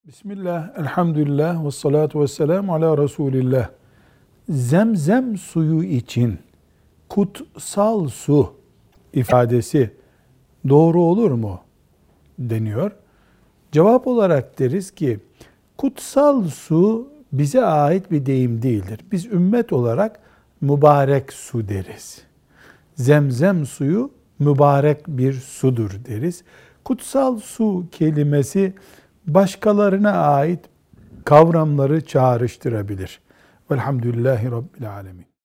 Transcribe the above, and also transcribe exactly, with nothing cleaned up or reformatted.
Bismillah, elhamdülillah, ve salatu ve selamu ala Resulillah. Zemzem suyu için kutsal su ifadesi doğru olur mu deniyor. Cevap olarak deriz ki, kutsal su bize ait bir deyim değildir. Biz ümmet olarak mübarek su deriz. Zemzem suyu mübarek bir sudur deriz. Kutsal su kelimesi başkalarına ait kavramları çağrıştırabilir. Velhamdülillahi Rabbil Alemin.